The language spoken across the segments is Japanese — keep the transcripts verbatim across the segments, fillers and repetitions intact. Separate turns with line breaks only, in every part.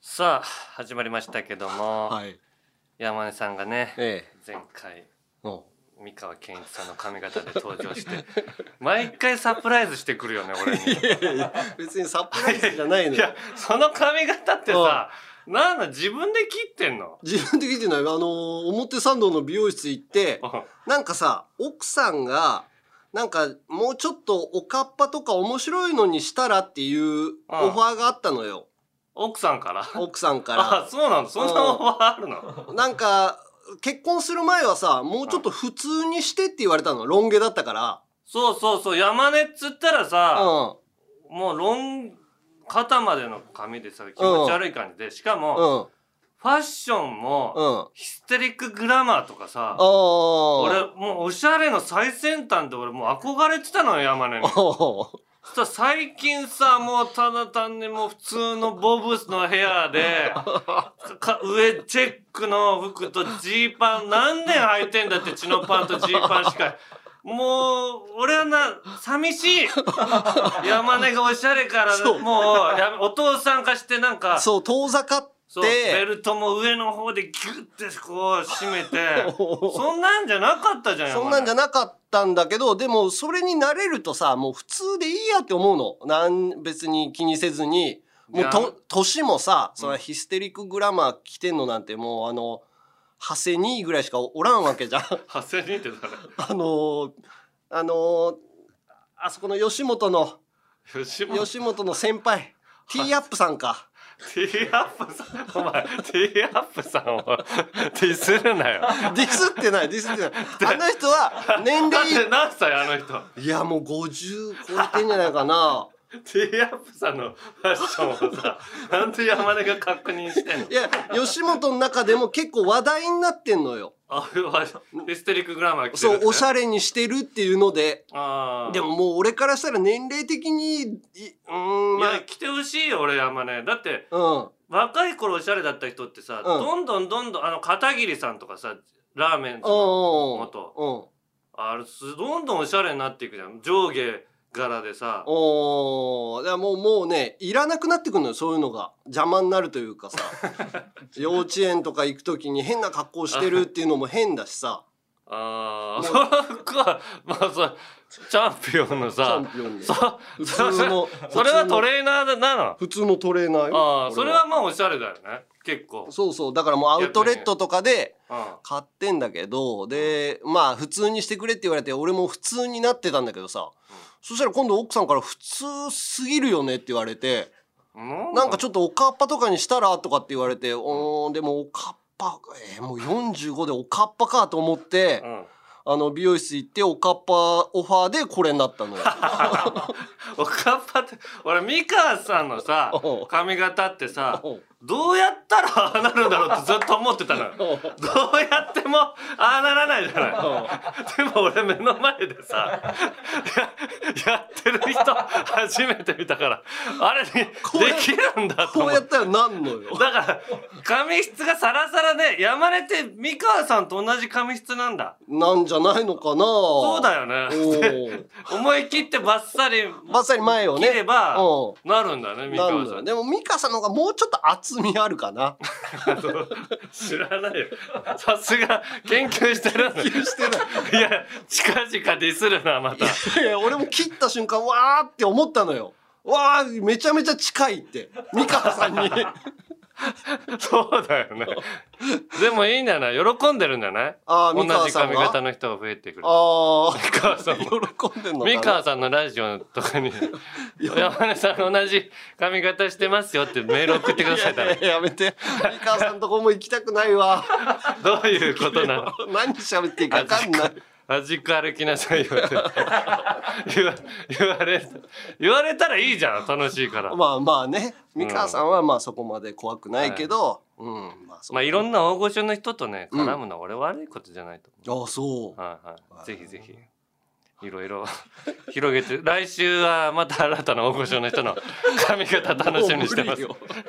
さあ始まりましたけども、
はい、
山根さんがね、
ええ、
前回
お
三河健一さんの髪型で登場して毎回サプライズしてくるよね俺に。
いやいや別にサプライズじゃないのよ。
いやその髪型ってさ、なんだ自分で切ってんの？
自分で切ってない。あのー、表参道の美容室行ってなんかさ奥さんがなんかもうちょっとおかっぱとか面白いのにしたらっていうオファーがあったのよ。
奥さんから？
奥さんから。
あ、そうなの？そんなオファーあるの？
なんか結婚する前はさもうちょっと普通にしてって言われたの。ロン毛だったから。
そうそうそう、山根っつったらさ、
うん、
もうロン肩までの髪でさ気持ち悪い感じで、しかも、
うん、
ファッションも、ヒステリックグラマーとかさ、俺もうおしゃれの最先端で俺もう憧れてたのよ山根に。そしたら最近さもうただ単にもう普通のボブスのヘアでか上チェックの服とジーパン何年履いてんだってチノパンとジーパンしか。もう俺はな寂しい。山根がおしゃれからもうやお父さん化してなんか
そう遠ざかって
そうベルトも上の方でギュッてこう締めてそんなんじゃなかったじゃん。
そんなんじゃなかったんだけど、でもそれに慣れるとさもう普通でいいやって思うの。なん別に気にせずにもうと年もさ、そのヒステリックグラマー着てんのなんてもうあの長谷にぐらいしかおらんわけじゃん。
長谷にって誰？
あのー、あのー、あそこの吉本の
吉本
吉本の先輩ティーアップさんか。
ティーアップさん、お前ティーアップさんをディスるなよ。
ディスってないディスってない。あの人は年齢
だって何歳あの人？
いやもうごじゅう超えてんじゃないかな。
ティーアップさんのファッションをさなんで山根が確認してんの？
いや吉本の中でも結構話題になってんのよ。
あヒステリックグラマー着てるって。
そうおしゃれにしてるっていうので。
あ
でももう俺からしたら年齢的にう
ーん、まあ、いや着てほしいよ俺山根。だって、うん、若い頃おしゃれだった人ってさ、うん、どんどんどんどんあの片桐さんとかさラーメンズの元あれどんどんおしゃれになっていくじゃん上下柄でさ。
おーだからもうもうねいらなくなってくるのよそういうのが邪魔になるというかさ幼稚園とか行く時に変な格好してるっていうのも変だしさ。
ああそっかまあさチャンピオンのさ
チャンピオン
そ普通のそれはトレーナーなの？
普通のトレーナーよ。
ああそれはまあおしゃれだよね結構。
そうそうだからもうアウトレットとかで買ってんだけどでまあ普通にしてくれって言われて俺も普通になってたんだけどさ、うん、そしたら今度奥さんから普通すぎるよねって言われて、うん、なんかちょっとおかっぱとかにしたらとかって言われて、うん、でもおかっぱ、えー、もうよんじゅうごでおかっぱかと思って、うん、あの美容室行っておかっぱオファーでこれになったのよ。
おかっぱって俺美川さんのさ髪型ってさどうやったらああなるんだろうってずっと思ってたのよ。どうやってもああならないじゃない。でも俺目の前でさ や, やってる人初めて見たからあれにできるんだと思う。
こうやったらなんのよ。
だから髪質がサラサラで山根って美川さんと同じ髪質なんだ。
なんじゃないのかな。
そうだよね。思い切ってバッサリ
バッサリ前をね
切ればなるんだね美川さん。
でも美川さんの方がもうちょっと厚みあるかな。
知らないよ。さすが研究してる。
研究してない。
いや近々ディスるなまた。
いや俺も切った瞬間わーって思ったのよ。わーめちゃめちゃ近いって美川さんに。
そうだよね。でもいいんじゃない？喜んでるんじゃない？
あ
同じ髪型の人が増えてくる。
ああ。
美川さんも
喜んでんのかな。
美川さんのラジオとかに山根さん同じ髪型してますよってメール送ってください。
いやいややめて。美川さんとこも行きたくないわ。
どういうことなの？
何喋っていいか分かんない。
端っこ歩きなさいよって言わ、言われ言われたらいいじゃん楽しいから。
まあまあね美川さんはまあそこまで怖くないけど、うん、うん、
まあそう、まあいろんな大御所の人とね絡むのは俺悪いことじゃないと思う。
ああそう。
はいはい。ぜひぜひいろいろ広げて来週はまた新たな大御所の人の髪型楽しみにしてます。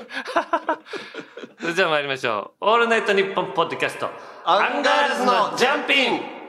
それじゃあ参りましょう。オールナイトニッポンポッドキャストアンガールズのジャンピン。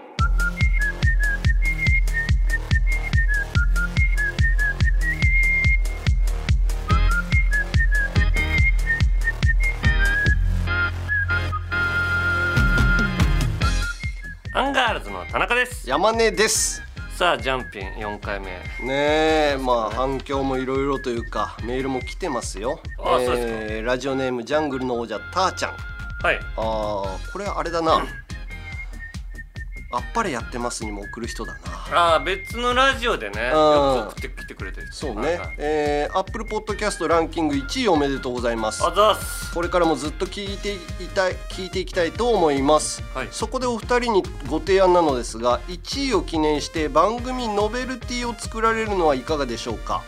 アンガールズの田中です。
山根です。
さあジャンピンよんかいめね
え、まあ反響もいろいろというかメールも来てますよ。
あ、えー、そうですか。
ラジオネームジャングルの王者ターちゃん。
はい。
あー、これあれだなあっぱれやってますにも送る人だな。
ああ、別のラジオでね、よく送ってきてくれてる。
そうね。えー、Apple Podcast ランキングいちいおめでとうございます。
あざっす。
これからもずっと聞いていたい聞いていきたいと思います、はい、そこでお二人にご提案なのですが、いちいを記念して番組ノベルティを作られるのはいかがでしょうか。はい、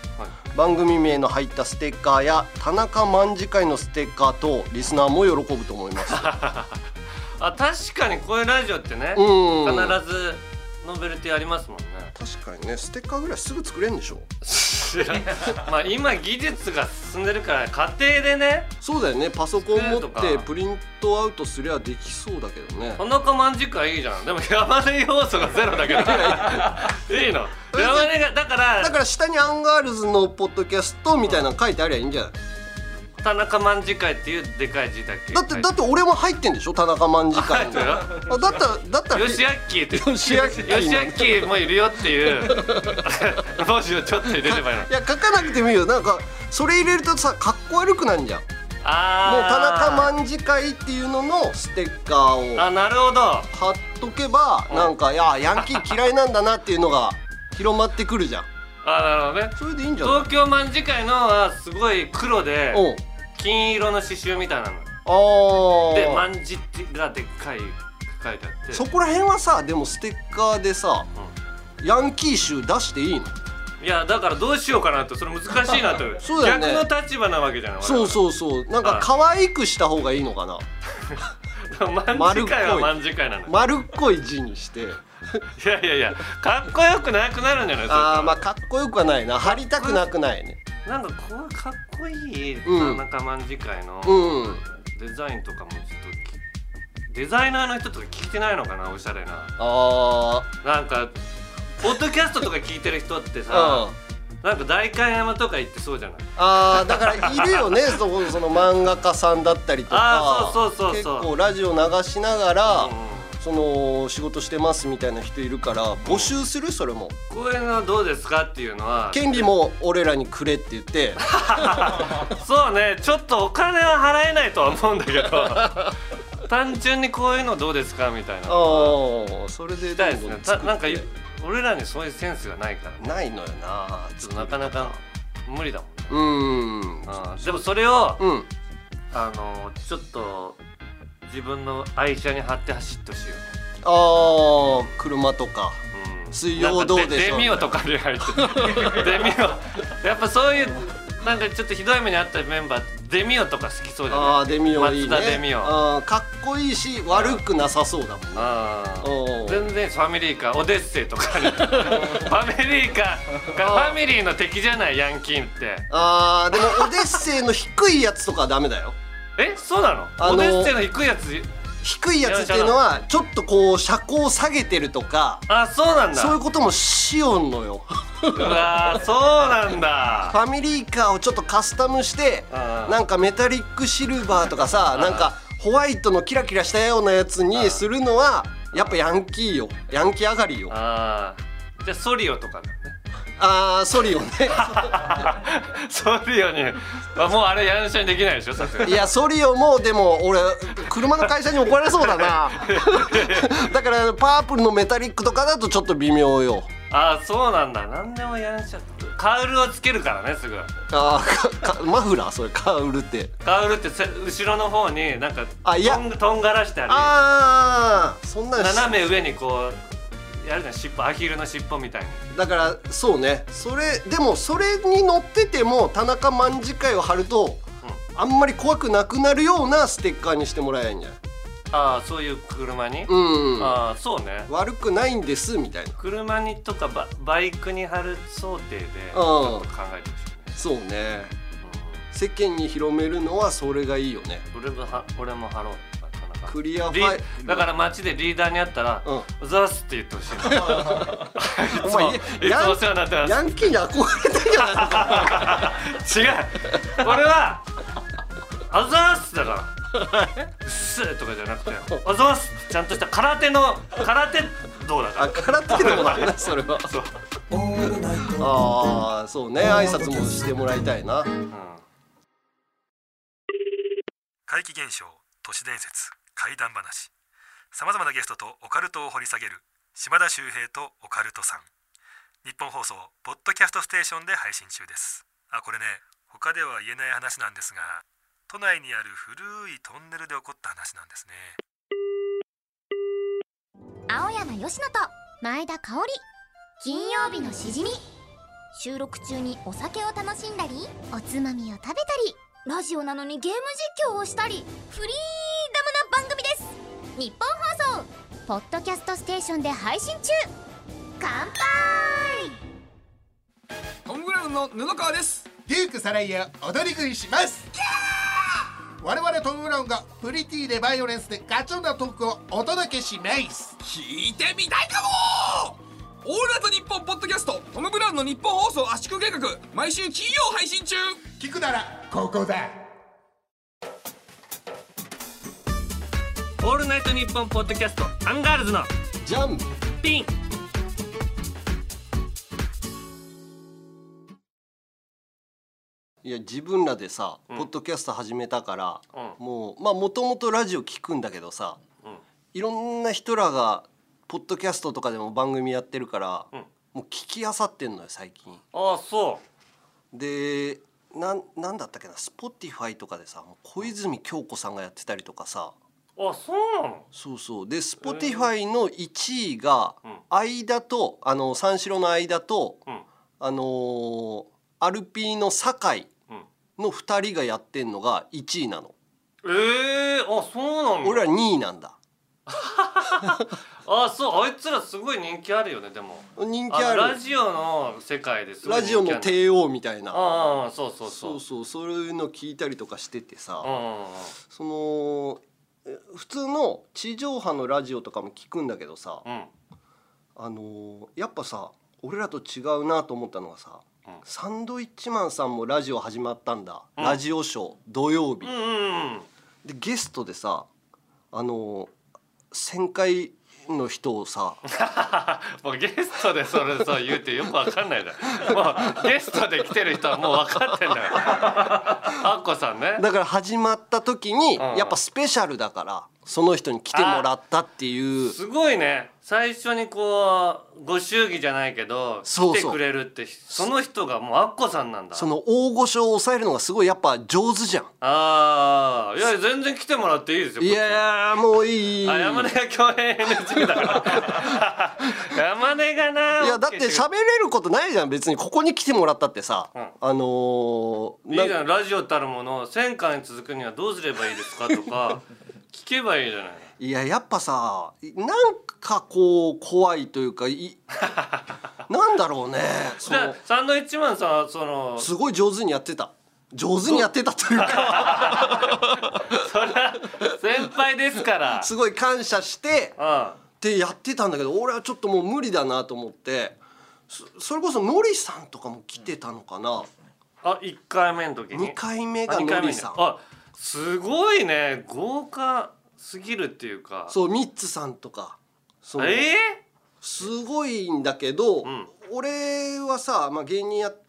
番組名の入ったステッカーや田中卍会のステッカーとリスナーも喜ぶと思います
あ、確かにこういうラジオってね、うん、必ずノベルティありますもんね。
確かにね、ステッカーぐらいすぐ作れんでしょ
まあ今技術が進んでるから家庭でね。
そうだよね、パソコン持ってプリントアウトすりゃできそうだけどね。
田中卍会いいじゃん。でも山根要素がゼロだけどいいの山根がだから
だから下にアンガールズのポッドキャストみたいなの書いてありゃいいんじゃない。
田中卍会っていうでかい字だけ。
だってだって俺も入ってんでしょ、田中卍会に。だったらだったら
よしあっきーって
よしあっきー
よしあっきーもいるよっていう文字をちょっと入れればいいの。い
や書かなくてもいいよ。なんかそれ入れるとさ、かっこ悪くなんじゃん。
あ
もう田中卍会っていうののステッカーを
あ、なるほど、
貼っとけば、なんかいやヤンキー嫌いなんだなっていうのが広まってくるじゃん。
あ、なるほどね。
それでいいんじゃない。
東京卍会のはすごい黒で金色の刺繍みたいなの。あで卍がでっかい書いてあって、
そこら辺はさ、でもステッカーでさ、うん、ヤンキー集出していいの。
いやだからどうしようかなと、それ難しいなとそうだよ、ね、逆の立場なわけじゃない。
そうそうそう、なんか可愛くした方がいいのかな
卍会は卍会なの。
丸っこい字にしてい
やいやいや、かっこよくなくなるんじゃないですか。
ああ、まあかっこよくはないな。貼りたくなくないね。
なんかこうかっこいい田中卍会のデザインとかもちょっとデザイナーの人とか聞いてないのかな、おしゃれな。あー、なんかポッドキャストとか聞いてる人ってさ、なんか代官山とか行ってそうじゃない。
あー、だからいるよねそこ、その漫画家さんだったりとか。
あ、そうそうそうそう、
結構ラジオ流しながら、うんうん、その仕事してますみたいな人いるから募集する。それも
こういうのどうですかっていうのは
権利も俺らにくれって言って
そうね、ちょっとお金は払えないとは思うんだけど単純にこういうのどうですかみたいな。ああ、それでどんどん作って。なんか俺らにそういうセンスがないから、ね、
ないのよな。
ちょっとなかなか無理だもんね。うん、あでもそれを、うん、あのちょっと自分の愛車に貼って走ってほしいよね。
ああ、車とか、うん、水曜どうでしょう、
デミオとかで入ってるデミオやっぱそういうなんかちょっとひどい目にあったメンバーデミオとか好きそうじゃない。
ああ、デミオいいね。
松田デミオ、
あかっこいいし悪くなさそうだもんね。あ
全然ファミリーカーオデッセイとかにファミリーカーがファミリーの敵じゃない、ヤンキーって。
ああ、でもオデッセイの低いやつとかはダメだよ。
え、そうなの？あのー、オデッセイの低いやつ
低いやつっていうのはちょっとこう車高を下げてるとか。
あ、そうなんだ。
そういうこともしよんのよ
うわ、そうなんだ。
ファミリーカーをちょっとカスタムしてなんかメタリックシルバーとかさ、なんかホワイトのキラキラしたようなやつにするのはやっぱヤンキーよ。ヤンキー上がりよ。
あー、じゃあソリオとかだね。
あー、ソリオね
ソリオにあ、もうあれヤンシャにできないでしょ、さすがに。
いや、ソリオもでも俺車の会社に怒られそうだなだからパープルのメタリックとかだとちょっと微妙よ。
あー、そうなんだ。なんでもヤンシャカウルをつけるからね、すぐ。
あー、マフラー、それカウルって。
カウルって後ろの方になんか
あ、いや
とんとんがらしてある。
あー、そんな
斜め上にこうやるじゃん、尻尾、アヒルの尻尾みたいに。
だからそうね、それでもそれに乗ってても田中卍会を貼ると、うん、あんまり怖くなくなるようなステッカーにしてもらえないんじゃない。
ああ、そういう車に。うん、うん、ああ、そうね、
悪くないんですみたいな。
車にとか バ, バイクに貼る想定でちょっと考えてほしいね。
そうね、うん、世間に広めるのはそれがいいよね。
俺もは俺も貼ろう。
クリアファイ
だから街でリーダーに会ったら「うざーす」って言ってほしいお前いつもお世話になってます。
ヤンキーに憧れたんじゃないのか
違う、これはあざーすだからうっすーとかじゃなくてあざーすちゃんとした空手の空手道だから。
あ、空手道だねそれは。そうああそうね、挨拶もしてもらいたいな、うん、
怪奇現象、都市伝説、怪談話、さまざまなゲストとオカルトを掘り下げる島田秀平とオカルトさん。日本放送ポッドキャストステーションで配信中です。あ、これね、他では言えない話なんですが、都内にある古いトンネルで起こった話なんですね。
青山佳乃と前田香織、金曜日のしじみ。収録中にお酒を楽しんだり、おつまみを食べたり、ラジオなのにゲーム実況をしたり、フリーダムな番組です。日本放送ポッドキャストステーションで配信中。乾杯。
トム・ブラウンの布川です。
デュークサライヤ踊り食いします。我々トム・ブラウンがプリティでバイオレンスでガチョンなトークをお届けします。
聞いてみたいかも。オールナイトニッポンポッドキャストトム・ブラウンの日本放送圧縮計画、毎週金曜配信中。
聞くならここだ。
オールナイトニッポンポッドキャストアンガールズの
ジャン
ピン。
いや自分らでさ、うん、ポッドキャスト始めたから、うん、もうまあもともとラジオ聞くんだけどさ、うん、いろんな人らがポッドキャストとかでも番組やってるから、うん、もう聞きあさってんのよ最近。
ああそう
でな、なんだったっけな、Spotify とかでさ小泉京子さんがやってたりとかさ。
あ、そうなの。
そうそう。で Spotify のいちいが間と、あの三四郎の間と、うん、あのー、アルピーの酒井のふたりがやってんのがいちいなの。
えー、あ、そうなんだ。
俺らにいなんだ。
あ、そう、あいつらすごい人気あるよね。でも
人気ある。
ラジオの世界ですごい
人気ある。ラジオの帝王みたいな。
ああ、そうそうそう。
そうそう、そういうの聞いたりとかしててさ、その普通の地上波のラジオとかも聞くんだけどさ、うん、あのやっぱさ俺らと違うなと思ったのがさ、うん、サンドイッチマンさんもラジオ始まったんだ、うん、ラジオショー土曜日、うんうんうん、でゲストでさあの旋回の人をさ
もうゲストでそれさ言うてよくわかんないじゃん。もうゲストで来てる人はもう分かってんだよアッコさんね。
だから始まった時に、うん、やっぱスペシャルだからその人に来てもらったっていう。
すごいね。最初にこうご祝儀じゃないけど来てくれるって、その人がもうアッコさんなんだ。
その大御所を抑えるのがすごいやっぱ上手じゃん。
ああ、いや全然来てもらっていいですよ。
いやもういい。
あ、山根が共演 エヌジー だから山根がな。
いやだって喋れることないじゃん別に。ここに来てもらったってさ、うん、あの
ー、いいじゃん。ラジオたるものせんかい続くにはどうすればいいですかとか聞けばいいじゃない。
いややっぱさなんかこう怖いというかいなんだろうね。
そのサンドイッチマンさんその
すごい上手にやってた上手にやってたというか
それは先輩ですから
すごい感謝してってやってたんだけど、俺はちょっともう無理だなと思って、それこそノリさんとかも来てたのかな。
あ、いっかいめの時に。
にかいめがノリさん。
あ、すごいね、豪華すぎるっていうか。
そう、ミッツさんとか。そう、
えー、
すごいんだけど、うん、俺はさ、まあ、芸人やって、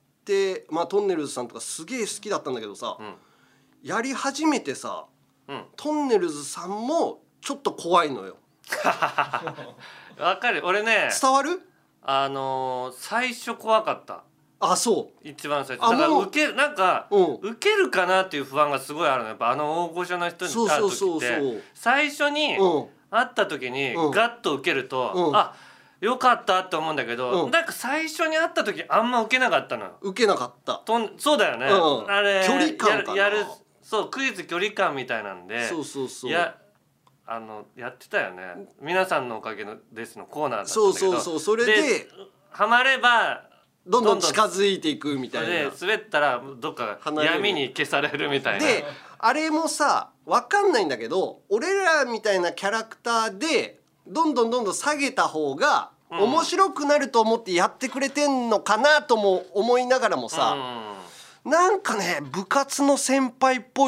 まあ、トンネルズさんとかすげえ好きだったんだけどさ、うん、やり始めてさ、うん、トンネルズさんもちょっと怖いのよ。
わかる。俺ね、
伝わる？
あのー、最初怖かった。
あ、そう。
一番最初。だから受ける、なんか、うん、受けるかなっていう不安がすごいあるの。やっぱあの大御所の人に会う時って最初に会った時にガッと受けると、うん、あ、よかったって思うんだけど、うん、なんか最初に会った時あんま受けなかったの。
受けなかった。
とんそうだよね。うん、あれ
距離感かな。
やる、やる、そう、クイズ距離感みたいなんで。
そうそうそう。
やあのやってたよね。皆さんのおかげのですのコーナーだったんだけど。
そうそうそう。それで
ハマれば
どんどん近づいていくみたいな。
で滑ったらどっか闇に消されるみたいな。
であれもさ分かんないんだけど、俺らみたいなキャラクターでどんどんどんどん下げた方が面白くなると思ってやってくれてんのかなとも思いながらもさ、うん、なんかね部活の先輩っぽい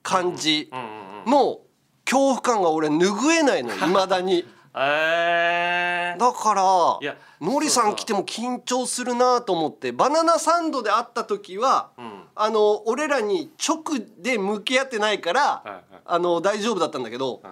感じの恐怖感が俺拭えないのいまだに。
えー、
だからのりさん来ても緊張するなと思って、バナナサンドで会った時は、うん、あの俺らに直で向き合ってないから、はいはい、あの大丈夫だったんだけど、はい、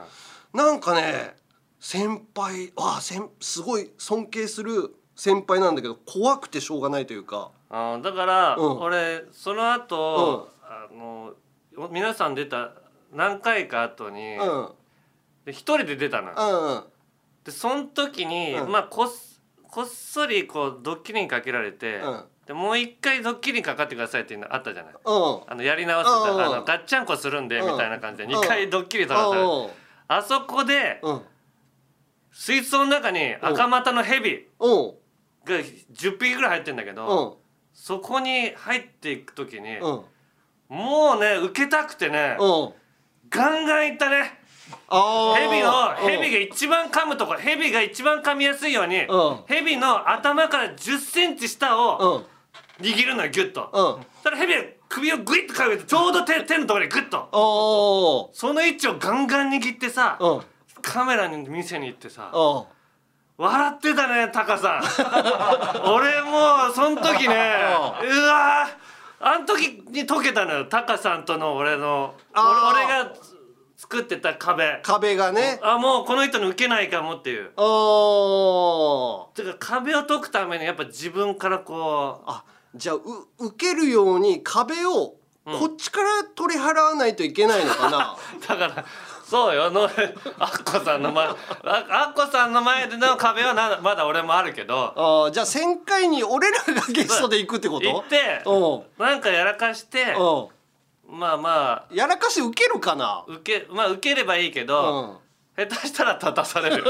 なんかね先輩あせんすごい尊敬する先輩なんだけど怖くてしょうがないというか。
あだから、うん、俺その後、うん、あの皆さん出た何回か後に、うん、で一人で出たの、うんうん、でその時に、うん、まあこっこっそりこうドッキリにかけられて、うん、でもう一回ドッキリにかかってくださいっていうのあったじゃない、うん、あのやり直す、うん、あのガッチャンコするんで、うん、みたいな感じでにかいドッキリ取らされる、うん、あそこで、うん、水槽の中に赤股のヘビがじゅっぴきぐらい入ってんだけど、うん、そこに入っていく時に、うん、もうね受けたくてね、うん、ガンガンいったね。ヘビのヘビが一番噛むところ、ヘビが一番噛みやすいように、ヘビの頭からじゅっセンチ下を握るのよギュッと。そしたらヘビが首をグイッとかけてちょうど 手, 手のところにグッとその位置をガンガン握ってさ、カメラに見せに行ってさ笑ってたねタカさん俺もうその時ねうわあん時に解けたのよタカさんとの俺の俺が作ってた壁
壁がね、
あもうこの人に受けないかもっていう。おてか壁を解くためにやっぱ自分からこう
あじゃあう受けるように壁をこっちから取り払わないといけないのかな、
うん、だからそうよのアッコさんの前アッコさんの前での壁はなまだ俺もあるけど
あじゃあ旋回に俺らがゲストで行くってこと
行ってなんかやらかしてまあまあ
やらかし受けるかな
受けまあ受ければいいけど、うん、下手したら立たされる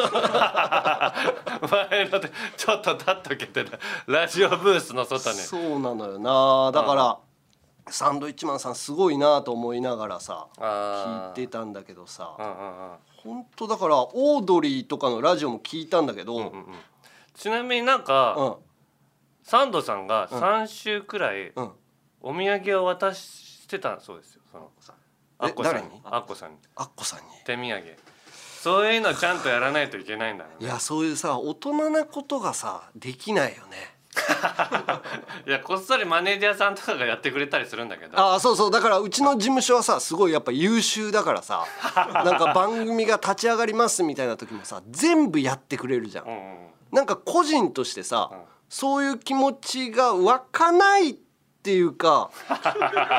前のでちょっと立っとけてラジオブースの外に
そうなのよなだから、うん、サンドイッチマンさんすごいなと思いながらさ聞いてたんだけどさ本当だからオードリーとかのラジオも聞いたんだけど、うんうんうん、
ちなみになんか、うん、サンドさんがさん週くらいお土産を渡ししてたそうですよそのアッコさんにアッコさんに
アッコさんに
手土産そういうのちゃんとやらないといけないんだろうね。
いやそういうさ大人なことがさできないよね
いやこっそりマネージャーさんとかがやってくれたりするんだけど
ああそうそうだからうちの事務所はさすごいやっぱ優秀だからさなんか番組が立ち上がりますみたいな時もさ全部やってくれるじゃん、うんうん、なんか個人としてさ、うん、そういう気持ちが湧かないっていうか湧か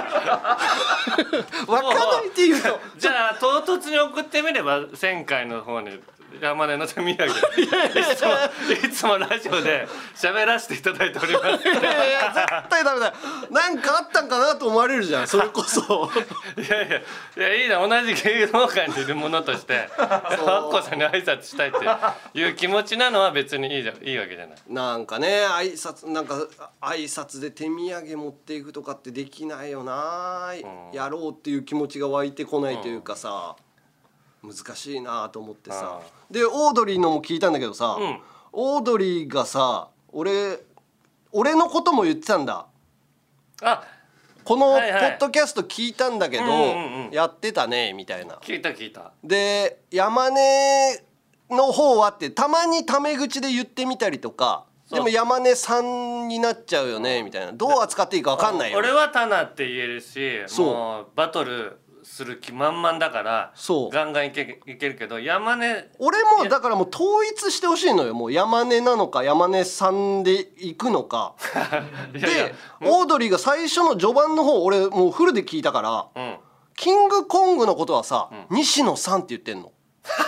ないっていうと
じゃあ唐突に送ってみれば旋回の方に山根の手土産いつもいつもラジオで喋らせていただいておりますいやい
や絶対ダメだよなんかあったんかなと思われるじゃんそれこそ
いやいやいやいいな同じ芸能界にいるものとしてアッコさんに挨拶したいっていう気持ちなのは別にいいじゃいいわけじゃない
なんかね挨拶なんか挨拶で手土産持っていくとかってできないよな、うん、やろうっていう気持ちが湧いてこないというかさ、うん、難しいなと思ってさでオードリーのも聞いたんだけどさ、うん、オードリーがさ俺俺のことも言ってたんだあこのポッドキャスト聞いたんだけど、はいはい、やってたねみたいな
聞いた聞いた
で山根の方はってたまにタメ口で言ってみたりとかでも山根さんになっちゃうよねみたいなどう扱っていいか分かんないよ
俺はタナって言えるしもうバトルする気満々だからガンガンいけ、いけるけど山根
俺もだからもう統一してほしいのよもう山根なのか山根さんで行くのかいやいやでオードリーが最初の序盤の方俺もうフルで聞いたから、うん、キングコングのことはさ、うん、西野さんって言ってんの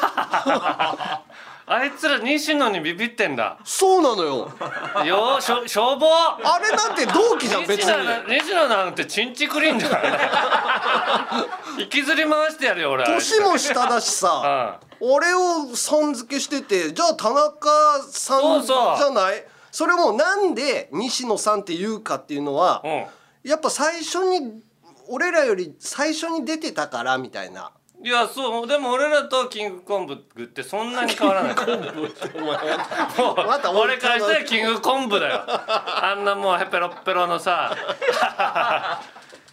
あいつら西野にビビってんだ
そうなのよ
よしょ消防
あれなんて同期じゃん別に
西野なんてチンチクリンじゃん引きずり回してやるよ俺
年も下だしさ、うん、俺をさん付けしててじゃあ田中さんじゃない そ, それもなんで西野さんって言うかっていうのは、うん、やっぱ最初に俺らより最初に出てたからみたいない
やそうでも俺らとキングコンブってそんなに変わらないコンブってお前もうまた俺からしたらキングコンブだよあんなもうヘペロッペロのさ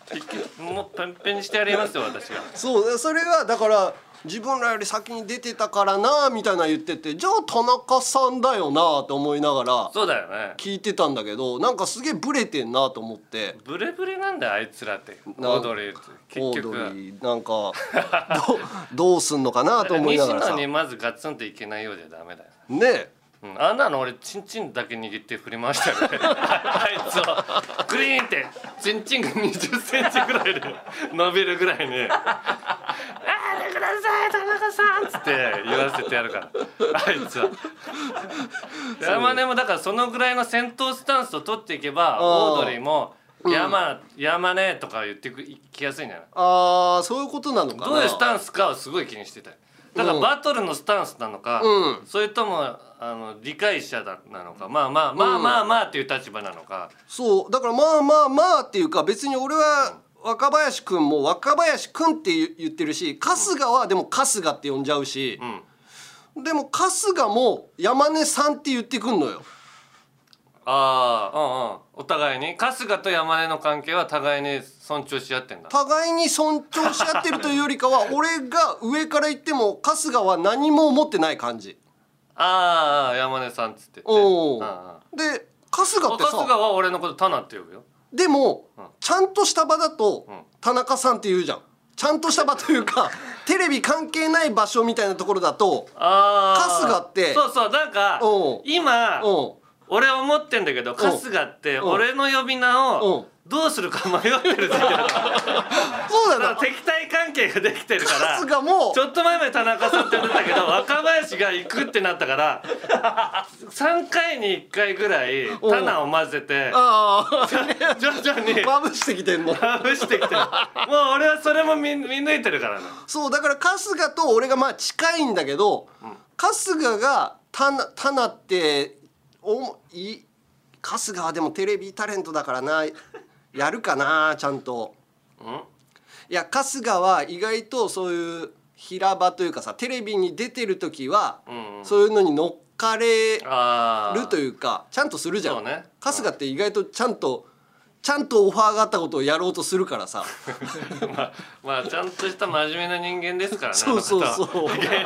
もうペンペンにしてやりますよ私が。
そうそれがだから自分らより先に出てたからなみたいな言ってて、じゃあ田中さんだよなって思いながら
そうだよね
聞いてたんだけど、なんかすげえブレてんなと思って。
ブレブレなんだよあいつらって。オードリー結局
オードリーなんかど, どうすんのかなと思いながらさ。
西野にまずガツンといけないようじゃダメだよ
ねえ、
うん、あんなの俺チンチンだけ握って振り回したよねあいつをグリーンってチンチンがにじゅっセンチぐらいで伸びるぐらいにあれください田中さんっつって言わせてやるからあいつは山根もだからそのぐらいの戦闘スタンスを取っていけばオードリーも山、うん、山根とか言ってきやすいんじゃない。
ああそういうことなのかな。
どういうスタンスかをすごい気にしてたよ。だからバトルのスタンスなのか、うん、それともあの理解者だなのか、まあまあまあまあまあっていう立場なのか、
うん、そうだからまあまあまあっていうか、別に俺は若林くんも若林くんって言ってるし、春日はでも春日って呼んじゃうし、うん、でも春日も山根さんって言ってくんのよ。
ああ、うんうん、お互いに春日と山根の関係は互いに尊重し合ってんだ。
互いに尊重し合ってるというよりかは俺が上から言っても春日は何も思ってない感じ。
ああ山根さんっつってて、
おで春日ってさ、
春日は俺のことタナって呼ぶよ。
でも、うん、ちゃんとした場だと、うん、田中さんって言うじゃん。ちゃんとした場というかテレビ関係ない場所みたいなところだと春日って
そうそうなんか今俺思ってんだけど、春日って俺の呼び名をどうするか迷ってる時期だそうだな、敵対関係ができてるから
春日も
ちょっと前まで田中さんって呼んでたけど若林が行くってなったからさんかいにいっかいぐらいタナを混ぜて徐々に
まぶしてきてんの
まぶしてきてる。もう俺はそれも 見, 見抜いてるからね。
そうだから春日と俺がまあ近いんだけど、うん、春日がタナ、タナっておい春日はでもテレビタレントだからなやるかなちゃんと。んいや春日は意外とそういう平場というかさ、テレビに出てる時は、うんうん、そういうのに乗っかれるというかちゃんとするじゃん、ね、春日って意外とちゃんとちゃんとオファーがあったことをやろうとするからさ
まあ、まあちゃんとした真面目な人間ですからね。
そうそうそう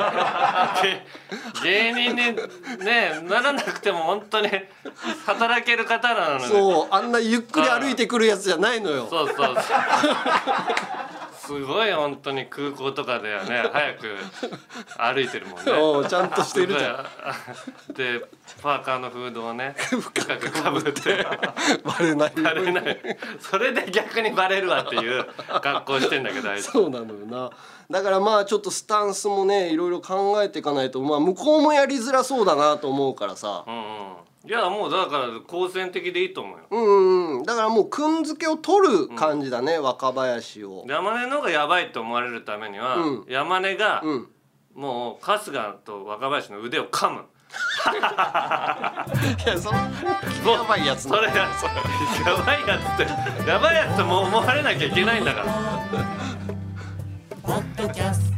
芸人にねならなくても本当に働ける方なので、
そうあんなゆっくり歩いてくるやつじゃないのよ。
そうそうすごい本当に空港とかではね早く歩いてるもんね。
おちゃんとしてるじゃ
ん。でパーカーのフードをね深くかぶって
バレない
バレない。それで逆にバレるわっていう格好してんだけどあいつ。
そうなのよな。だからまあちょっとスタンスもねいろいろ考えていかないと、まあ向こうもやりづらそうだなと思うからさ。
うんうん。いやもうだから好戦的でいいと思うよ。
うんうん。だからもうくんづけを取る感じだね、うん、若林を。山
根の方がやばいと思われるためには、うん、山根が、うん、もう春日と若林の腕を噛む。
いやそのやばいやつ
それややばいやつってやばいやつとも思われなきゃいけないんだから。ポッドキャスト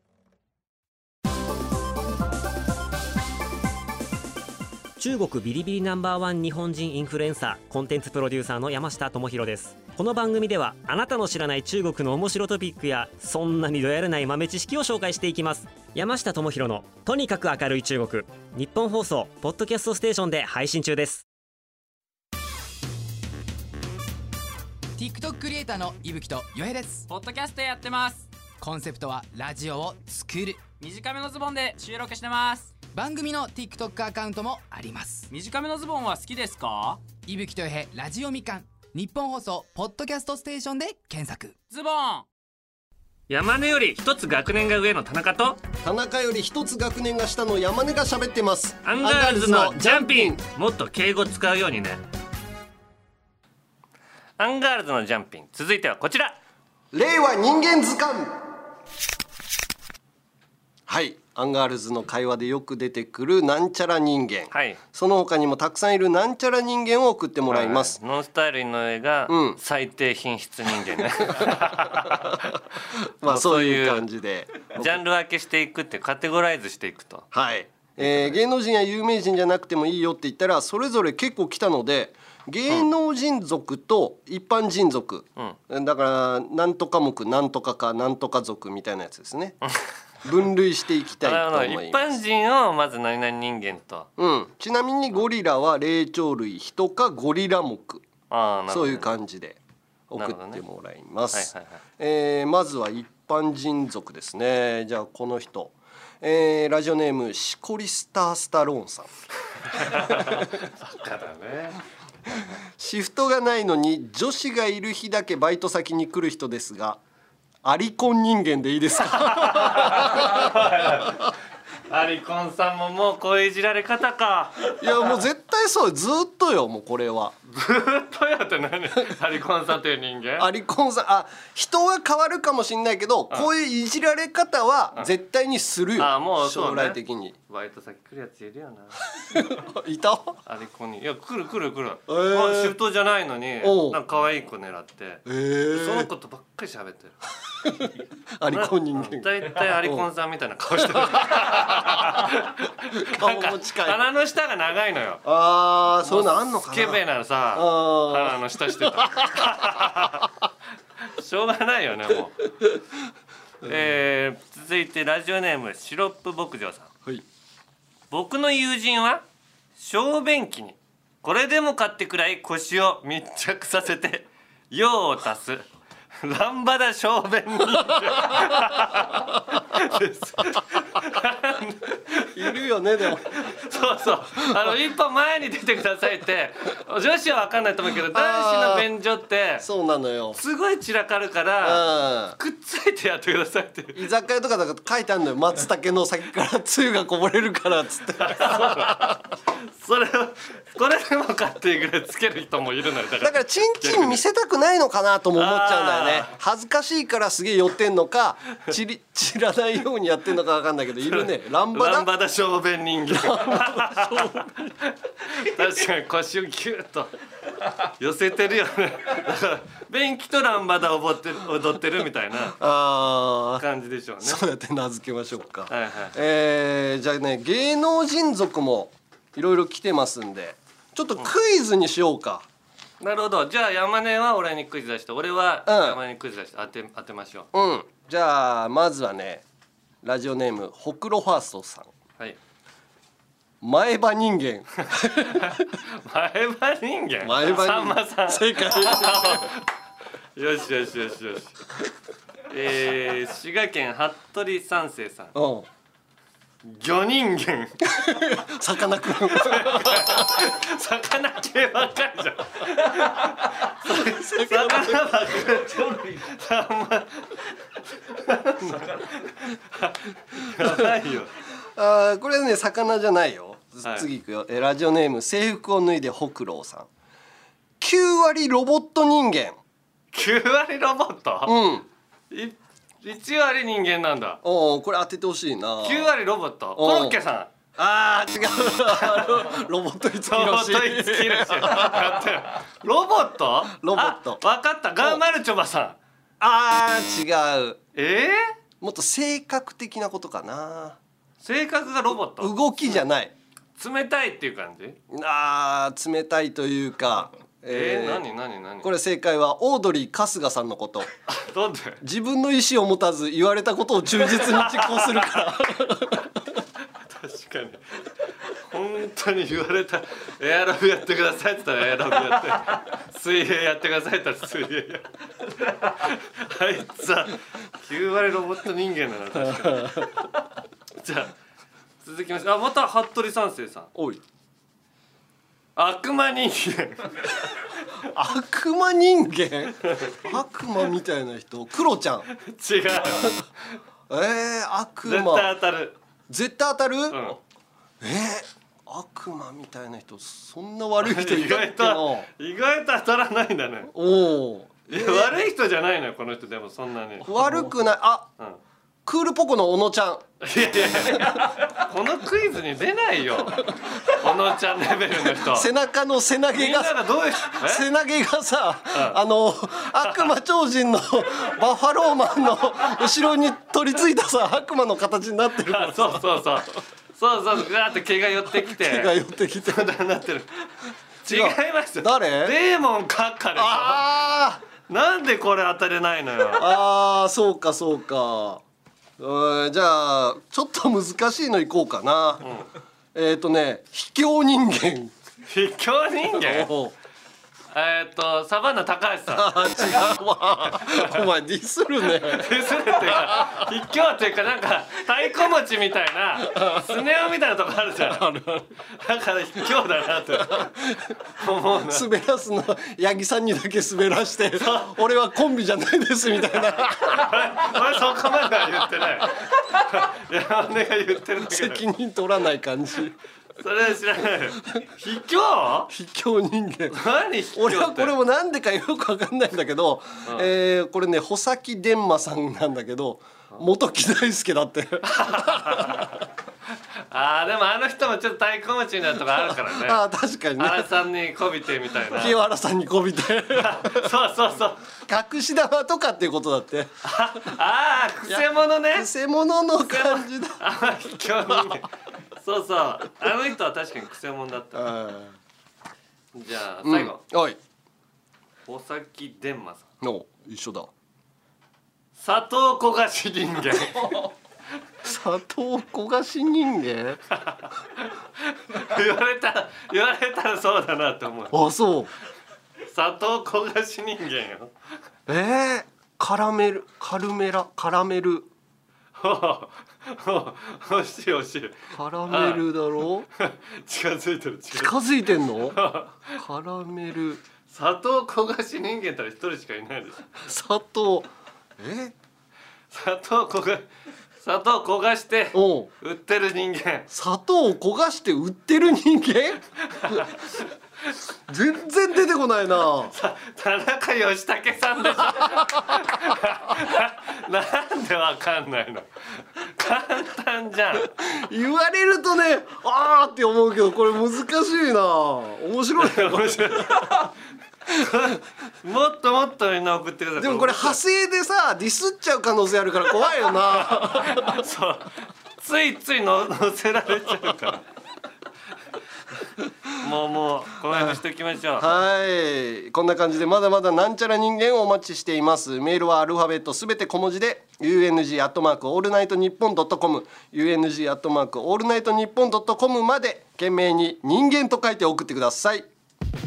中国ビリビリナンバーワン日本人インフルエンサーコンテンツプロデューサーの山下智博です。この番組ではあなたの知らない中国の面白トピックやそんなにどやれない豆知識を紹介していきます。山下智博のとにかく明るい中国、日本放送ポッドキャストステーションで配信中です。
TikTok クリエイターのいぶきとよへです。
ポッドキャストやってます。
コンセプトはラジオを作る。
短めのズボンで収録してます。
番組の TikTok アカウントもあります。
短めのズボンは好きですか？
いぶきとよへラジオみかん、日本放送ポッドキャストステーションで検索。
ズボン。
山根より一つ学年が上の田中と
田中より一つ学年が下の山根が喋ってます。
アンガールズのジャンピン。もっと敬語使うようにね。アンガールズのジャンピン、続いてはこちら。
令和人間図鑑。はい、アンガールズの会話でよく出てくるなんちゃら人間、はい、その他にもたくさんいるなんちゃら人間を送ってもらいます、
はい、ノンスタイル井上が最低品質人間ね、うん、
まあそういう感じで
ジャンル分けしていくってカテゴライズしていくと、
はい、えー、芸能人や有名人じゃなくてもいいよって言ったらそれぞれ結構来たので、 芸能人族と一般人族、うん、だからなんとか目なんとかかなんとか族みたいなやつですね分類していきたいと思います。
一般人をまず何々人間と、
うん、ちなみにゴリラは霊長類人かゴリラ目、あ、そういう感じで送ってもらいます。えー、まずは一般人族ですね。じゃあこの人、えー、ラジオネームシコリスタースタローンさん
バカだね
シフトがないのに女子がいる日だけバイト先に来る人ですが、アリコン人間でいいですか
アリコンさんももうこういういじられ方か。
いやもう絶対そう、ずっとよ、もうこれは
ずっとよって何アリコンさんという人間。
アリコンさん、あ、人は変わるかもしれないけど、こういういじられ方は絶対にするよ、
あ、もうそうね、
将来的に。
バイト先来るやついるよな
いた
アリコンに。いや来る来る来る、
えー、
シフトじゃないのになんか可愛い子狙って、
えー、
その子とばっかり喋ってる
アリコン人間。
だいたいアリコンさんみたいな顔してる
顔も近い。
鼻の下が長いのよ。
ああ、そういうのあんのかな。
スケベなさ鼻の下してたしょうがないよねもうえー、続いてラジオネームシロップ牧場さん、はい、僕の友人は小便器にこれでもかってくらい腰を密着させて用を足すランバダ小便人です
いるよね。でも
そうそう、あの一歩前に出てくださいって女子は分かんないと思うけど、男子の便所って
そうなのよ、す
ごい散らかるからくっついてやってくださいって。
居酒屋とかだと書いてあるのよ、松茸の先からつゆがこぼれるからっつって
それをこれでもかっていうぐらいつける人もいるのよ。
だからだからチンチン見せたくないのかなとも思っちゃうんだよね。恥ずかしいからすげえ寄ってんのか散り散らないようにやってんのか分かんないけどいるね。ランバダ
ランバダ小便人間確かに腰をギュッと寄せてるよね。だから便器とランバダを踊ってる踊ってるみたいな感じでしょうね。
そうやって名付けましょうか。
はいはい、
えー、じゃあね、芸能人族もいろいろ来てますんで、ちょっとクイズにしようか。
うん、なるほど。じゃあ山根は俺にクイズ出して、俺は山根にクイズ出して当て、当てましょう。
うん。じゃあまずはね、ラジオネームほくろファーストさん。はい。前歯人間
前歯人間
前歯人間
さんまさん
正解
よしよしよしよし。えー、滋賀県服部三世さん、魚人間
さかなクン
さかな系ばっかりじゃんさかなばっかりさんまやばいよ。
あ、これね魚じゃないよ、
はい、
次いくよ。えラジオネーム制服を脱いでほくろうさん。きゅうわりロボット人間。
きゅうわりロボット、うん、いいちわり人間なんだ。
おお、これ当ててほしいな。
きゅうわりロボット、コロッケさん。
あー違うロボットいつきろし。
ロボットいつきろしロボット
ロボット
分かった。ガーマルチョバさん。
あー違う。
えー、
もっと性格的なことかな。
性格がロボット、
動きじゃない。
冷たいっていう感じ。
あー冷たいというか、
えー、何何何。
これ正解はオードリー春日さんのこと。
なんで。
自分の意思を持たず言われたことを忠実に実行するから
確かに本当に言われた。エアロビやってくださいって言ったらエアロビやって、水泳やってくださいって言ったら水泳やあいつはきゅうわりロボット人間だな確かにじゃあ続きまして、あ、また服部三世さん。
おい、
悪魔人間
悪魔人間悪魔みたいな人。クロちゃん。
違う
えー、悪魔
絶対当たる。
絶対当たる、うん、えー、悪魔みたいな人、そんな悪い人いないかな。
意外と当たらないんだね。
おお、
えー、悪い人じゃないのよこの人。でもそんなに
悪くない。あ、うん、クールポコの小野ちゃん。
いやいやいやこのクイズに出ないよ小野ちゃんレベルの人。
背中の背投げが背投げがさ、うん、あの悪魔超人のバッファローマンの後ろに取り付いたさ悪魔の形になってるから。
そうそうそうそうそう、ガーッと毛が寄ってきて
毛が寄ってきて
なってる。 違いますよ。
誰？
デーモン閣下でしょ。
あ
あなんでこれ当たれないのよ。
ああそうかそうか。うんじゃあちょっと難しいのいこうかな、うん、えっ、ー、とね秘境人間
秘境人間えっとサバンナ高橋さん。
あ違うわお前ディスるね。デ
ィスるっていうか秘境っていうかなんか太鼓持ちみたいなスネ夫みたいなとこあるじゃん。あるあるだから秘境だなって思うな。
滑らすの八木さんにだけ滑らして俺はコンビじゃないですみたいな
俺そこまでは言ってない山根が言ってるんだけど
責任取らない感じ。
それ知らない。秘境？
秘境人間。
何秘境って？
俺はこれもなんでかよくわかんないんだけど、うん、えー、これね穂崎伝馬さんなんだけど、元木大輔だって。
あーでもあの人もちょっと太鼓持ちになるとこあるからね。
あー確かにね。
原さんにこびてみたいな。
清原さんにこびて。そう
そうそう。
隠し玉とかっていうことだって。
ああくせ者ね。
くせ者の感じだ。
あ秘境人間。そうそうあの人は確かにくせ者だった。じゃあ最後、
うん、はい
穂崎伝馬さん。
お一緒だ。
佐藤小菓子人間
佐藤小菓子人間言
われた言われたらそうだなって思う。
あそう
佐藤小菓子人間よ。
えー、カラメルカルメラカラメル
惜しい惜しい。
カラメルだろ
近づいてる
近づいてんのカラメル
佐藤小菓子人間ったら一人しかいないでしょ。
佐藤え
佐藤小菓砂糖焦がして売ってる人間。
砂糖を焦がして売ってる人間全然出てこないな。
田中義武さんでしょなんでわかんないの。簡単じゃん。
言われるとねあーって思うけどこれ難しいな。面白いね
面白いもっともっとみんな送ってください。
でもこれ派生でさディスっちゃう可能性あるから怖いよな
そうついついの乗せられちゃうからもうもうこの辺にしておきましょう。
はいこんな感じでまだまだなんちゃら人間をお待ちしています。メールはアルファベットすべて小文字で ユーエヌジー アットマークオールナイトニッポンドットコム ユーエヌジー アットマークオールナイトニッポンドットコムまで懸命に人間と書いて送ってください。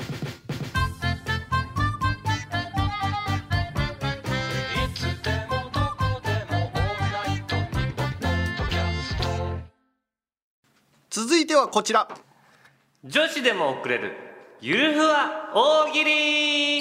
続いてはこちら。
女子でも送れるゆるふわ大喜利。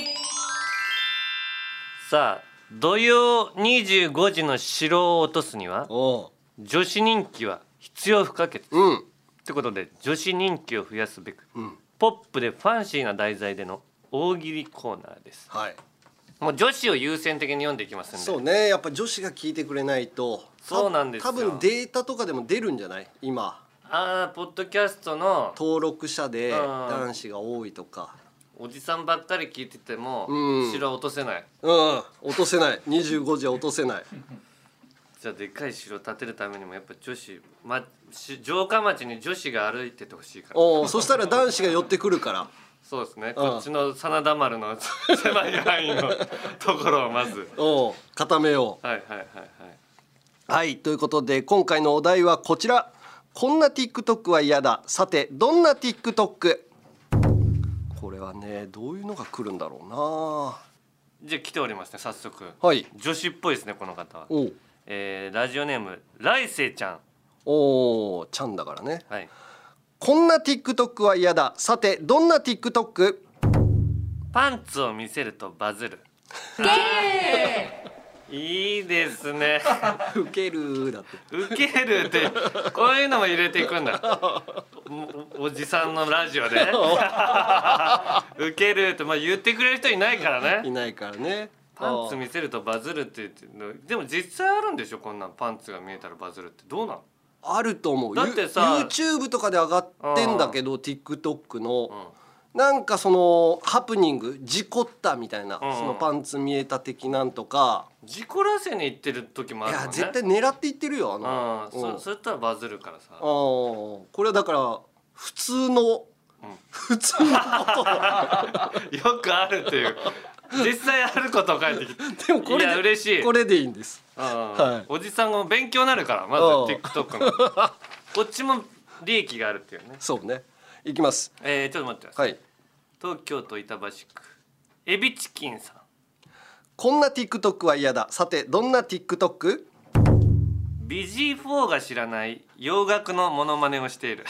さあ土曜にじゅうごじの城を落とすには女子人気は必要不可欠、うん、ってことで女子人気を増やすべく、うん、ポップでファンシーな題材での大喜利コーナーです、はい、もう女子を優先的に読んでいきますんで。
そうねやっぱ女子が聞いてくれないと。
そうなんですよ。
多分データとかでも出るんじゃない今。
あーポッドキャストの
登録者で男子が多いとか。
おじさんばっかり聞いてても、うん、城は落とせない。
うん落とせないにじゅうごじは落とせない
じゃあでっかい城建てるためにもやっぱ女子、ま、城下町に女子が歩いててほしいから。
おそしたら男子が寄ってくるから
そうですね、こっちの真田丸の狭い範囲のところをまず
お固めよ
う。はいはいはいはい。
はいということで今回のお題はこちら。こんな TikTok は嫌だ。さてどんな TikTok？ これはねどういうのが来るんだろうな。
じゃあ来ておりますね早速。
はい
女子っぽいですねこの方は。
お、
えー、ラジオネーム来世ちゃん。
おーちゃんだからね。
はい。
こんな TikTok は嫌だ。さてどんな TikTok？
パンツを見せるとバズる。いいですね。
ウケるだって。
ウケるってこういうのも入れていくんだ。お, おじさんのラジオでウケるってまあ言ってくれる人いないからね。
いないからね。
パンツ見せるとバズるって言ってでも実際あるんでしょこんなんパンツが見えたらバズるってどうなの？
あると思う。
だってさ
YouTube とかで上がってんだけど TikTok の、うん、なんかそのハプニング事故ったみたいな、うん、そのパンツ見えた的なんとか
事故らせに行ってる時もあるもんね。
いや絶対狙っていってるよあの、
うん、そ, それとはバズるからさ。あ
これはだから普通の普通のことだ
よくあるっていう実際あることを書いてきて
でもこれで
いや嬉しい
これでいいんです。
はい、おじさんが勉強になるからまず TikTok のこっちも利益があるっていうね。
そうね。いきます。
えー、ちょっと待ってください、
はい、
東京都板橋区エビチキンさん。
こんな TikTok は嫌だ。さてどんな TikTok？
ビージーフォー が知らない洋楽のモノマネをしている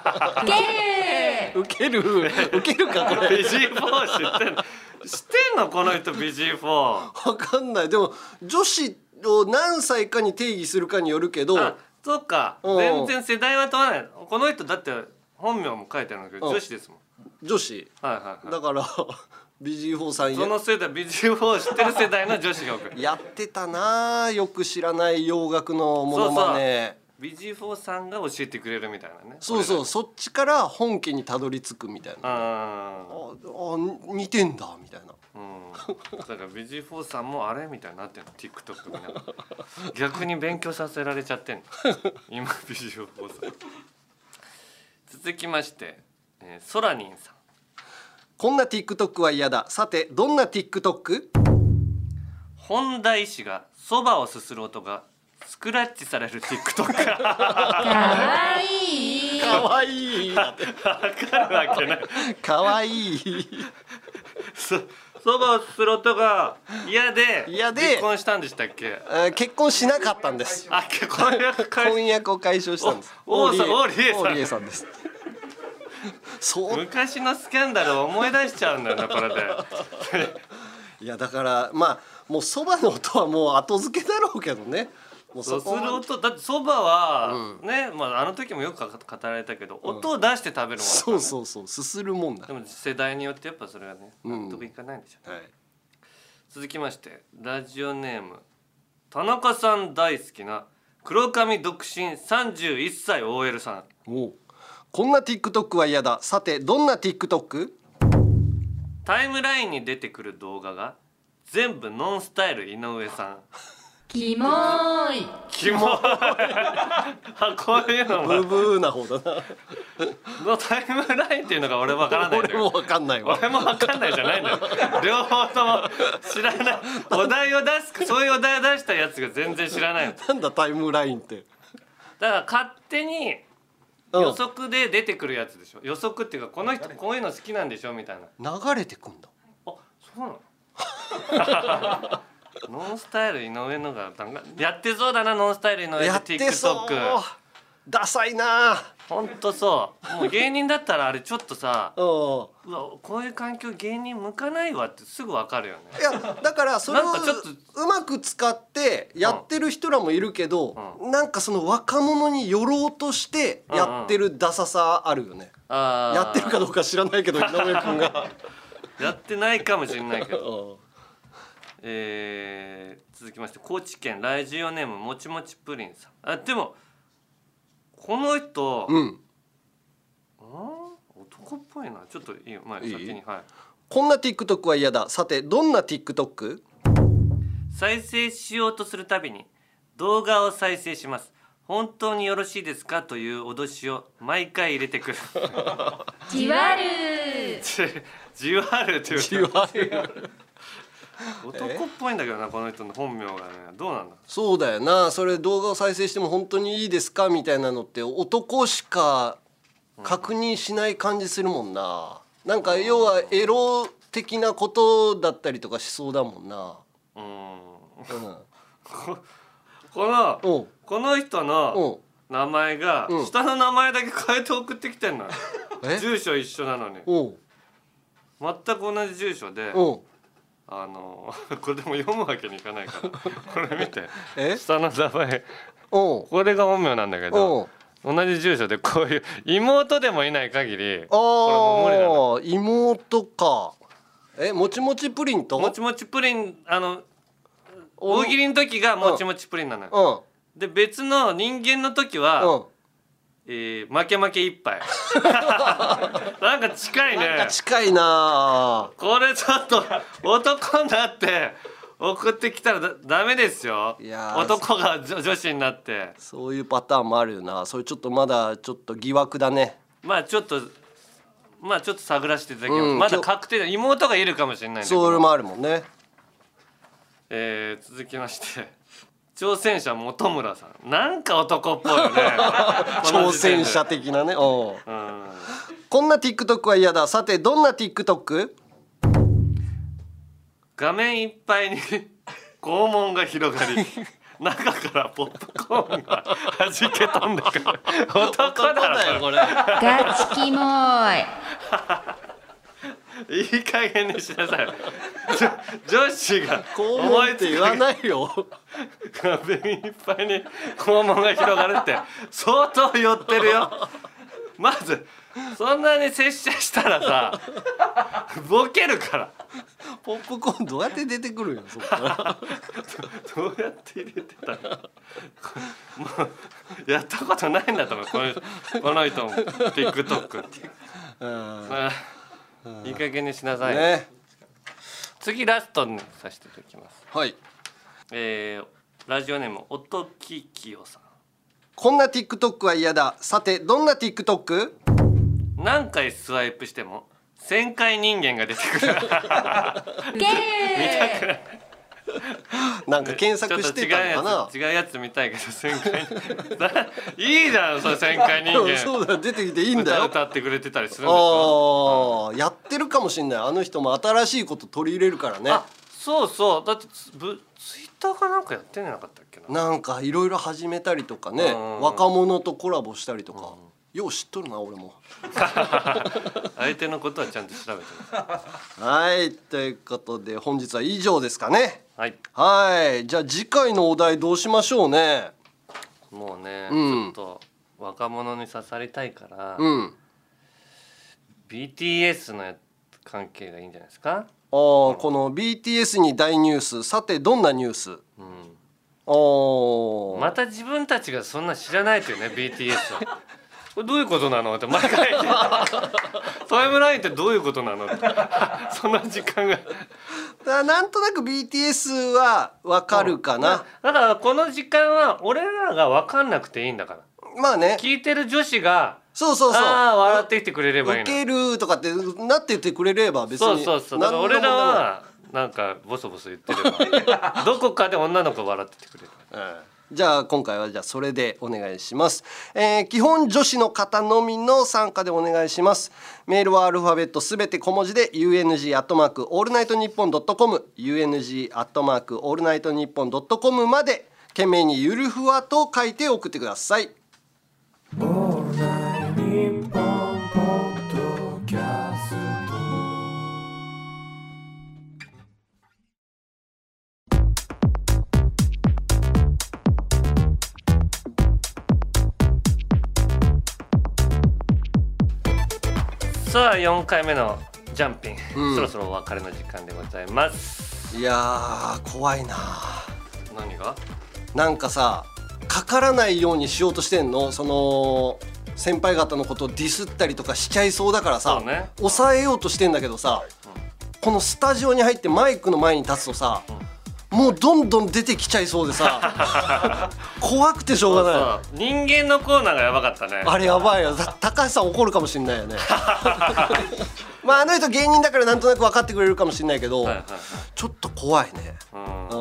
ウケるウケるかこれ。
ビージーフォー 知ってんの知ってんのこの人 ビージーフォー。
わかんない。でも女子を何歳かに定義するかによるけど。
あ、そうか、全然世代は問わない。この人だって本名も書いてあるんだけど女子ですもん。
女子、
はいはいはい、
だからビージーフォー さん
その世代 ビージーフォー 知ってる世代の女子が多く
やってたな。よく知らない洋楽のものまね。
ビージーフォー さんが教えてくれるみたいなね。
そうそう、そっちから本家にたどり着くみたいな。
あ
ああ似てんだみたいな。
うん、だから ビージーフォー さんもあれみたいになってんの TikTok みんな逆に勉強させられちゃってんの今 ビージーフォー さん。続きまして、えー、ソラニンさん。
こんな TikTok は嫌だ。さてどんな TikTok？
本田医師がそばをすする音がスクラッチされる TikTok。 か
わいい
かわいい
わかるわけない
かわいい
そそばをすする音が嫌で
嫌で
結婚したんでしたっけ？
結婚しなかったんです。
あ、婚約解
婚約を解消したんです。
王さん、王理恵さん、
王理恵さんです。
そう昔のスキャンダルを思い出しちゃうんだよなこれで
いやだからまあもうそばの音はもう後付けだろうけどね。もう
そする音だってそばは、うん、ね、まああの時もよく語られたけど、うん、音を出して食べるもんだから、ね、
そうそうそうすするもんだ。
でも世代によってやっぱそれはね納得いかないんでしょう、うん、はい、続きましてラジオネーム田中さん大好きな黒髪独身さんじゅういっさい オーエル さん。
おこんな TikTok は嫌だ。さてどんな TikTok？
タイムラインに出てくる動画が全部ノンスタイル井上さん。
キモーい
キモーいあ、こういうのも
ブーブーな方だな
のタイムラインっていうのが俺分からないんだよ。
俺も分かんないわ。
俺も分かんないじゃないんだよ両方とも知らないお題を出すそういうお題を出したやつが全然知らないの。
なんだタイムラインって。
だから勝手に予測で出てくるやつでしょ。予測っていうかこの人こういうの好きなんでしょみたい
な。流れてくんだ。
あ、そうなのノンスタイル井上のがやってそうだな。ノンスタイル井上で TikTok
やってそうダサいな。
ほんとそうもう芸人だったらあれちょっとさうわこういう環境芸人向かないわってすぐ分かるよね。
いやだからそれをうまく使ってやってる人らもいるけど、うん、なんかその若者に寄ろうとしてやってるダサさあるよね、うんうん、やってるかどうか知らないけど井上君が
やってないかもしれないけどえー、続きまして高知県ラジオネームもちもちプリンさん。あ、でもこの人、うん、男っぽいな。ちょっといいよ、まあ、先に、はい。
こんな TikTok は嫌だ。さてどんな TikTok？
再生しようとするたびに動画を再生します。本当によろしいですかという脅しを毎回入れてくる
じわる
じわるっていう
じわる
男っぽいんだけどなこの人の本名がね。どうなんだ。
そうだよな。それ動画を再生しても本当にいいですかみたいなのって男しか確認しない感じするもんな。なんか要はエロ的なことだったりとかしそうだもんな。うん、うん、
こ, このこの人の名前が下の名前だけ変えて送ってきてんの。住所一緒なのに全く同じ住所であのこれでも読むわけにいかないからこれ見て下の名前これが本名なんだけど同じ住所でこういう妹でもいない限りこれも無理なの。
妹か。えもちもちプリンと
もちもちプリンあの大喜利の時がもちもちプリンなのよ。で別の人間の時はえー、負け負け一杯なんか近いね。
なんか近いな。
これちょっと男になって送ってきたら だ, ダメですよ。いや男が女子になって
そういうパターンもあるよな。それちょっとまだちょっと疑惑だね。
まあちょっとまあちょっと探らせていただきます、うん、まだ確定で妹がいるかもしれないんで
それもあるもんね。
えー、続きまして挑戦者本村さん、なんか男っぽいよね
挑戦者的なね。おう、うん、こんな TikTok は嫌だ。さてどんな TikTok？
画面いっぱいに肛門が広がり中からポップコーンが弾け飛んでくる男だよこれ。
ガチキモーい
いい加減にしなさい。女子が
肛門って言わないよ。
画面いっぱいに肛門が広がるって相当寄ってるよ。まずそんなに接写したらさボケるから。
ポップコーンどうやって出てくるよそっから
どうやって入れてたのもうやったことないんだと思うこのこの人も TikTok っていい加減にしなさい、ね、次ラストにさせていただきます。
はい、
えー、ラジオネームおとききよさん、
こんな TikTok は嫌だ。さてどんな TikTok？
何回スワイプしても旋回人間が出てくる。見たくない。
なんか検索してたのかな。
違うやつ見たいけど旋回いいじゃんそれ旋回人間。
そうだ出てきていいんだよ。
歌歌ってくれてたりするんですよ。
ああ、やってるかもしれない。あの人も新しいこと取り入れるからね。あ、
そうそう。だってブツイッターかなんかやってんじゃなかったっけな。
なんかいろいろ始めたりとかね、若者とコラボしたりとか。よう知っとるな俺も。
相手のことはちゃんと調べてます。
はいということで本日は以上ですかね。
はい。
はい、じゃあ次回のお題どうしましょうね。
もうね、うん、ちょっと若者に刺さりたいから、
うん、
ビーティーエス の関係がいいんじゃないですか。ああ、
この ビーティーエス に大ニュース。さてどんなニュース？うん、お
また自分たちがそんな知らないというね ビーティーエス は。これどういうことなのって毎回タイムラインってどういうことなのってそんな時間が
だなんとなく ビーティーエス は分かるかな。
だからこの時間は俺らが分かんなくていいんだから。
まあね、
聞いてる女子が
そうそうそう、
ああ笑ってきてくれればいいの。
ウケるとかってなっててくれれば別に。
そうそうそう。だから俺らはなんかボソボソ言ってればどこかで女の子笑っててくれる。
うん、じゃあ今回はじゃあそれでお願いします、えー、基本女子の方のみの参加でお願いします。メールはアルファベットすべて小文字で ユーエヌジー アットマークオールナイトニッポンドットコム ユーエヌジー アットマークオールナイトニッポンドットコムまで懸命にゆるふわと書いて送ってください。オールナイトニッポンポッドキャスト。
さあよんかいめのジャンピン、うん、そろそろお別れの時間でございます。
いやー怖いな。
何が？
なんかさかからないようにしようとしてんの。その先輩方のことをディスったりとかしちゃいそうだからさ、ね、抑えようとしてんだけどさ、うん、このスタジオに入ってマイクの前に立つとさ、うん、もうどんどん出てきちゃいそうでさ怖くてしょうがない。そう
そう、人間のコーナーがやばかったね。
あれやばいよ。高橋さん怒るかもしんないよねまああの人芸人だからなんとなく分かってくれるかもしんないけど、はいはいはい、ちょっと怖いね。
うん、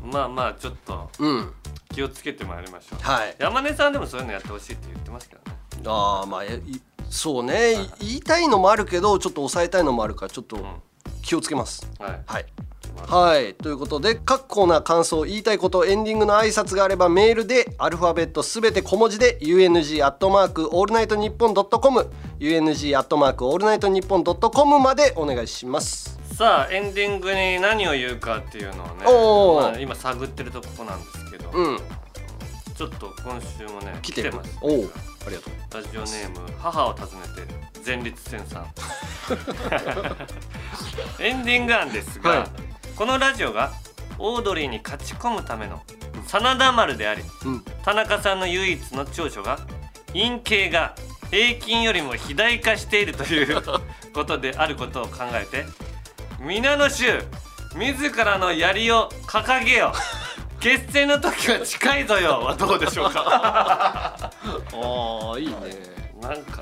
まあまあちょっと気をつけてまいりましょう、
はい、
山根さんでもそういうのやってほしいって言ってますけどね。
ああまあそうね、はい、言いたいのもあるけどちょっと抑えたいのもあるからちょっと気をつけます、うん、はい、はいはい、ということで各コーナー感想言いたいことエンディングの挨拶があればメールでアルファベットすべて小文字で ユーエヌジー アットマークオールナイトニッポンドットコム ユーエヌジー アットマークオールナイトニッポンドットコムまでお願いします。
さあエンディングに何を言うかっていうのをね、まあ、今探ってるとこなんですけど、うん、ちょっと今週もね来てます。
おお、ありがと
う。ラジオネーム母を訪ねて前立腺さんエンディング案ですが、はい、このラジオがオードリーに勝ち込むための真田丸であり、うん、田中さんの唯一の長所が陰茎が平均よりも肥大化しているということであることを考えて皆の衆自らの槍を掲げよ決戦の時は近いぞよはどうでしょうか。
ああいいね。
なんかね、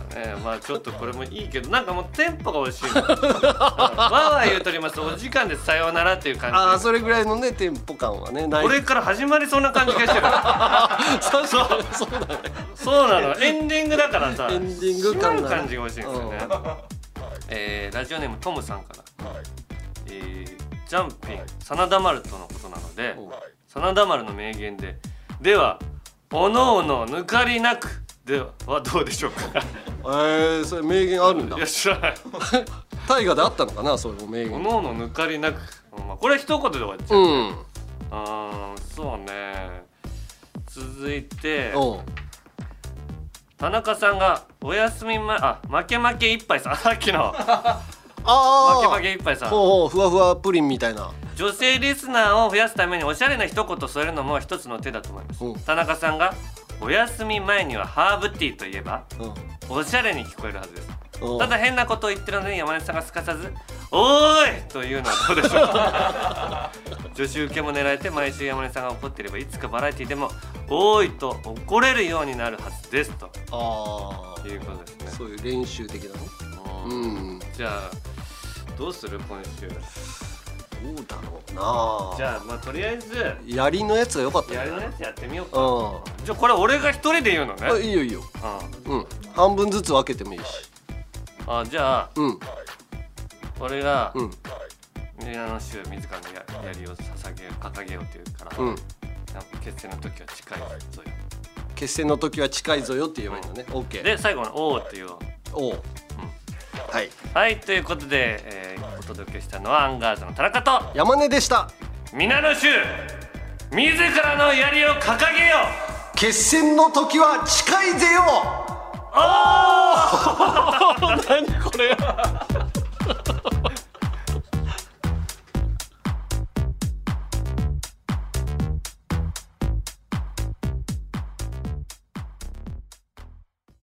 まあちょっとこれもいいけどなんかもうテンポが欲しいのわーわー言うとりますお時間でさようならっていう感じ
ああそれぐらいのねテンポ感はねない
これから始まりそうな感じがしてる
そうそうそうだね
そうなのエンディングだからさ
エンディング感が、ね、
感じが欲しいんですよね、うんえー、ラジオネームトムさんから、えー、ジャンピン真田丸とのことなので真田丸の名言でではおのおの抜かりなくではどうでしょうか
えー、それ名言あるんだ
いや知らない
大河であったのかなそういう名言
おのおの抜かりなく、まあ、これは一言で終わっちゃう、うん、あそうね続いて田中さんがお休み前あ負け負け一杯さんさっきの
あ
負け負け一杯さん
ほうほうふわふわプリンみたいな
女性リスナーを増やすためにおしゃれな一言添えるのも一つの手だと思います、うん、田中さんがお休み前にはハーブティーといえば、うん、おしゃれに聞こえるはずです、うん、ただ変なことを言ってるのに山根さんがすかさずおーいというのはどうでしょう女子受けも狙えて毎週山根さんが怒っていればいつかバラエティでもおーいと怒れるようになるはずですとあいうことですね
そういう練習的なね
うん、うん、じゃあどうする今週
どうだろうな
じゃあまあとりあえず
槍のやつが良かったね
槍のやつやってみようか、うん、じゃあこれ俺が一人で言うのね
あいいよいいよ、うん、うん、半分ずつ分けてもいいし
あじゃあ、うん、俺が、
うん、
ミラノ州自らの槍を捧げよう掲げようって言うから、うん、決戦の時は近いぞよ
決戦の時は近いぞよって言えばいいのね、うん、OK
で最後のおーって言おう
おーはい、
はい、ということで、えー、お届けしたのはアンガールズの田中と
山根でした。
皆の衆自らの槍を掲げよ
う決戦の時は近いぜよ
おー何これ